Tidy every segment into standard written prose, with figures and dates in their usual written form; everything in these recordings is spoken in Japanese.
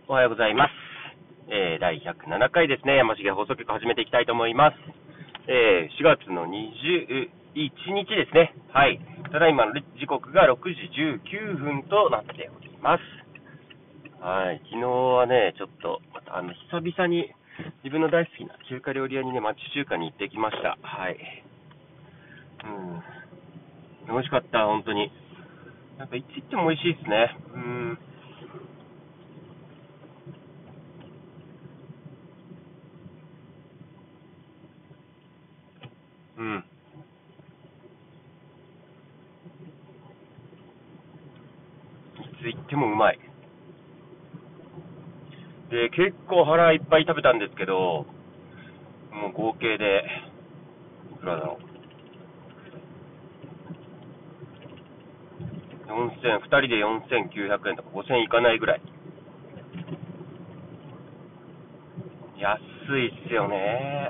おはようございます。第107回ですね、山重放送局始めていきたいと思います。4月の21日ですね。はい。ただいまの時刻が6時19分となっております。はい。昨日はね、ちょっと、また久々に自分の大好きな中華料理屋にね、町中華に行ってきました。はい。美味しかった、本当に。やっぱいつ行っても美味しいですね。うん。いつ行ってもうまい。で、結構腹いっぱい食べたんですけど、もう合計で、いくらだろう。4000、2人で4900円とか5000いかないぐらい。安いっすよね。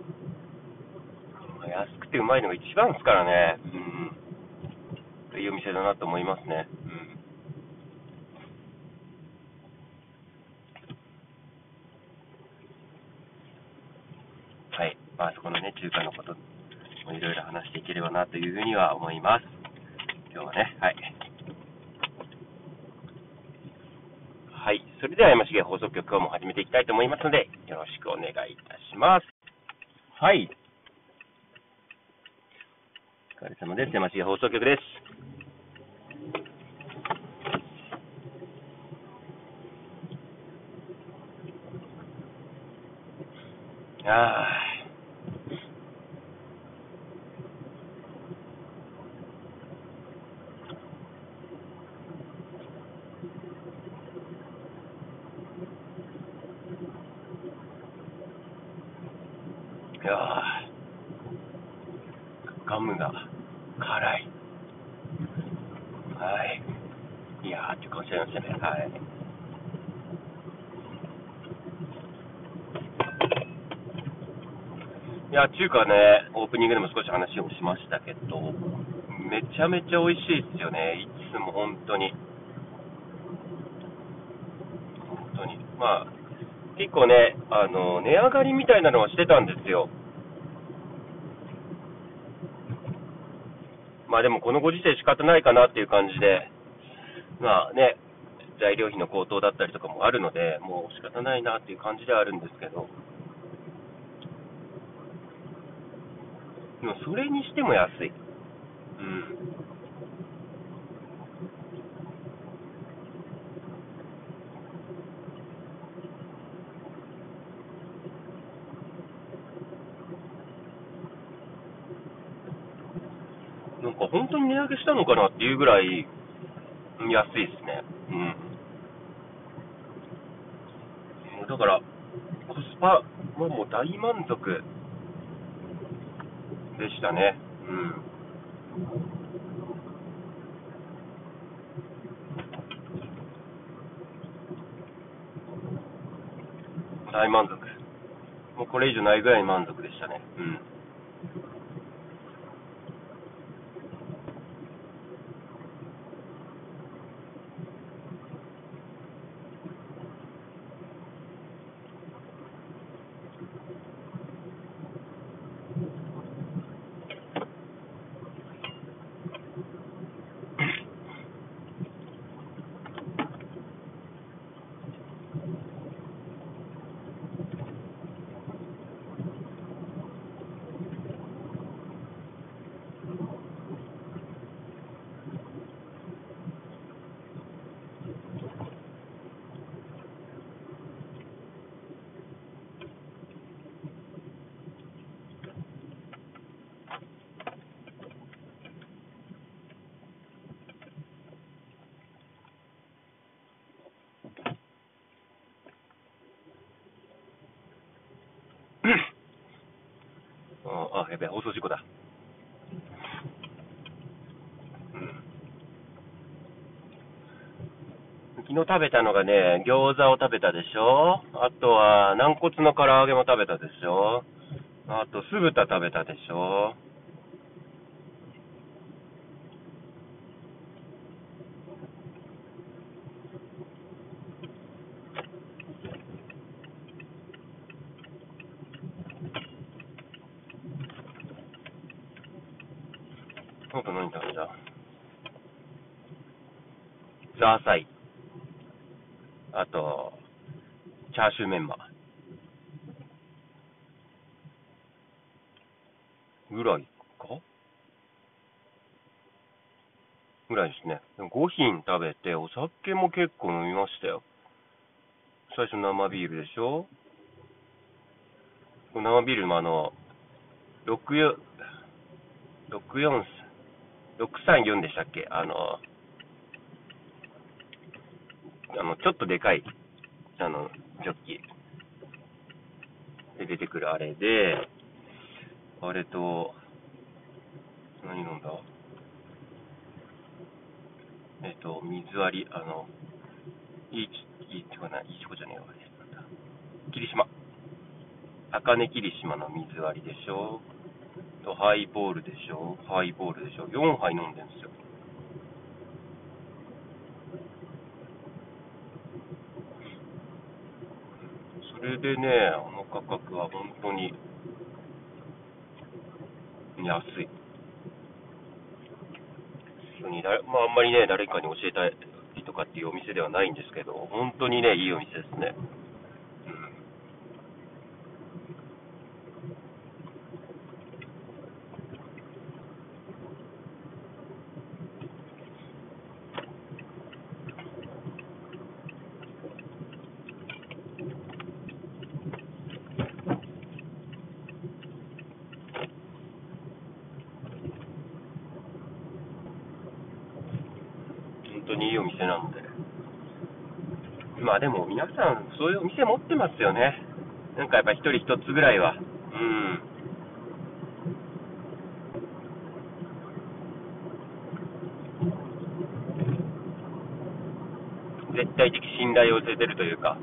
安くてうまいのが一番ですからね。いいお店だなと思いますね。はい。まあそこのね、中華のこともいろいろ話していければなというふうには思います。今日はね。はい。はい。それでは山重放送局今日も始めていきたいと思いますので、よろしくお願いいたします。はい。お疲れ様です。山重放送局です。あいやガムが辛い。はい。いやーって顔しちゃいましたね。はい。いや、中華ね、オープニングでも少し話をしましたけど、めちゃめちゃ美味しいですよね。いつも本当に。本当に。まあ、結構ね、値上がりみたいなのはしてたんですよ。まあでもこのご時世仕方ないかなっていう感じで、まあね、材料費の高騰だったりとかもあるので、もう仕方ないなっていう感じではあるんですけど、でもそれにしても安い。なんか本当に値上げしたのかなっていうぐらい安いですね。だから、コスパはもう大満足でしたね。大満足。もうこれ以上ないぐらい満足でしたね。やべえ、放送事故だ。昨日食べたのがね、餃子を食べたでしょ。あとは、軟骨の唐揚げも食べたでしょ。あと、酢豚食べたでしょ。 あと何食べた？ザーサイ。あと、チャーシューメンマぐらいかぐらいですね。5品食べて、お酒も結構飲みましたよ。最初生ビールでしょ。生ビールも64 634でしたっけ？ちょっとでかい、ジョッキで出てくるあれで、あれと、何飲んだ？水割り、いいちごじゃねえわ、あれ。霧島。茜霧島の水割りでしょ。と、ハイボールでしょ。4杯飲んでるんですよ。それでね、あの価格は本当に安い。まあ、あんまりね、誰かに教えたいとかっていうお店ではないんですけど、本当にね、いいお店ですね。本当にいいお店なので。まあでも皆さん、そういうお店持ってますよね。なんかやっぱ一人一つぐらいは。絶対的信頼を寄せてるというか。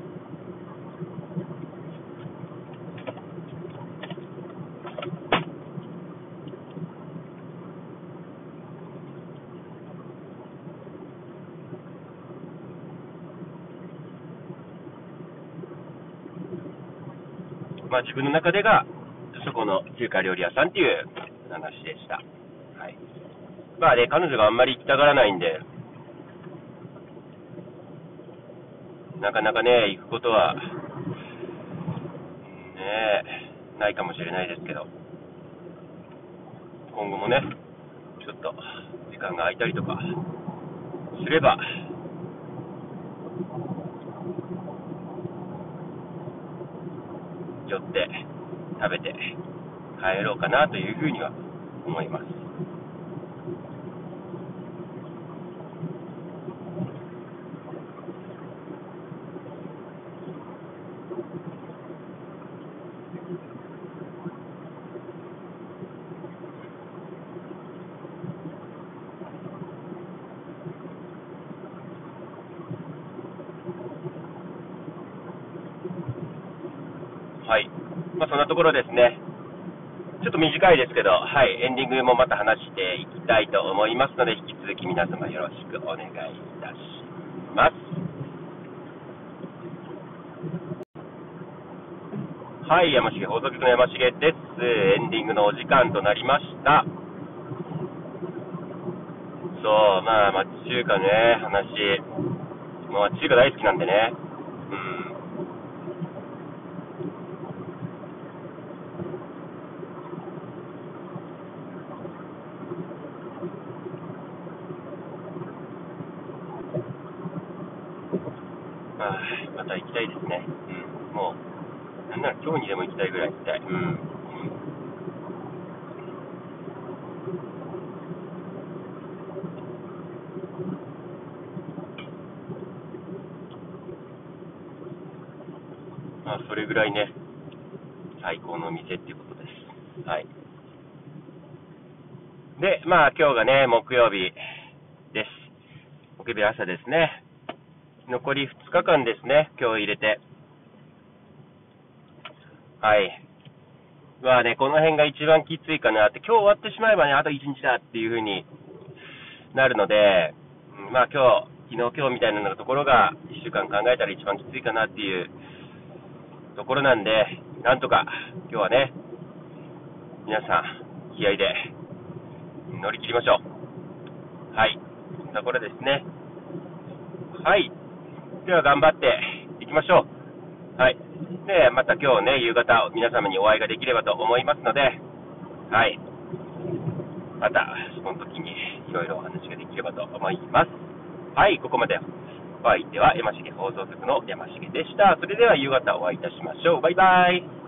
まあ自分の中でが、そこの中華料理屋さんっていう話でした。はい。まあね、彼女があんまり行きたがらないんで、なかなかね、行くことは、ねないかもしれないですけど、今後もね、ちょっと時間が空いたりとかすれば、寄って食べて帰ろうかなというふうには思います。はい。まあそんなところですね。ちょっと短いですけど、はい、エンディングもまた話していきたいと思いますので、引き続き皆様よろしくお願いいたします。はい、山重放送局の山重です。エンディングのお時間となりました。そう、まあ、町中華ね、話、まあ、町中華大好きなんでね、まあ、また行きたいですね。もう、なんなら今日にでも行きたいぐらい行きたい。まあ、それぐらいね、最高のお店っていうことです。はい。で、まあ、今日がね、木曜日です。木曜日朝ですね。残り2日間ですね、今日入れて。はい。まあね、この辺が一番きついかなって、今日終わってしまえばね、あと1日だっていう風になるので、まあ昨日みたいなところが1週間考えたら一番きついかなっていうところなんで、なんとか今日はね、皆さん気合で乗り切りましょう。はい。そんなこれですね。はい。では頑張っていきましょう。はい。で、また今日ね、夕方、皆様にお会いができればと思いますので、はい。また、その時にいろいろお話ができればと思います。はい、ここまで。お相手は山重放送局の山重でした。それでは夕方お会いいたしましょう。バイバイ。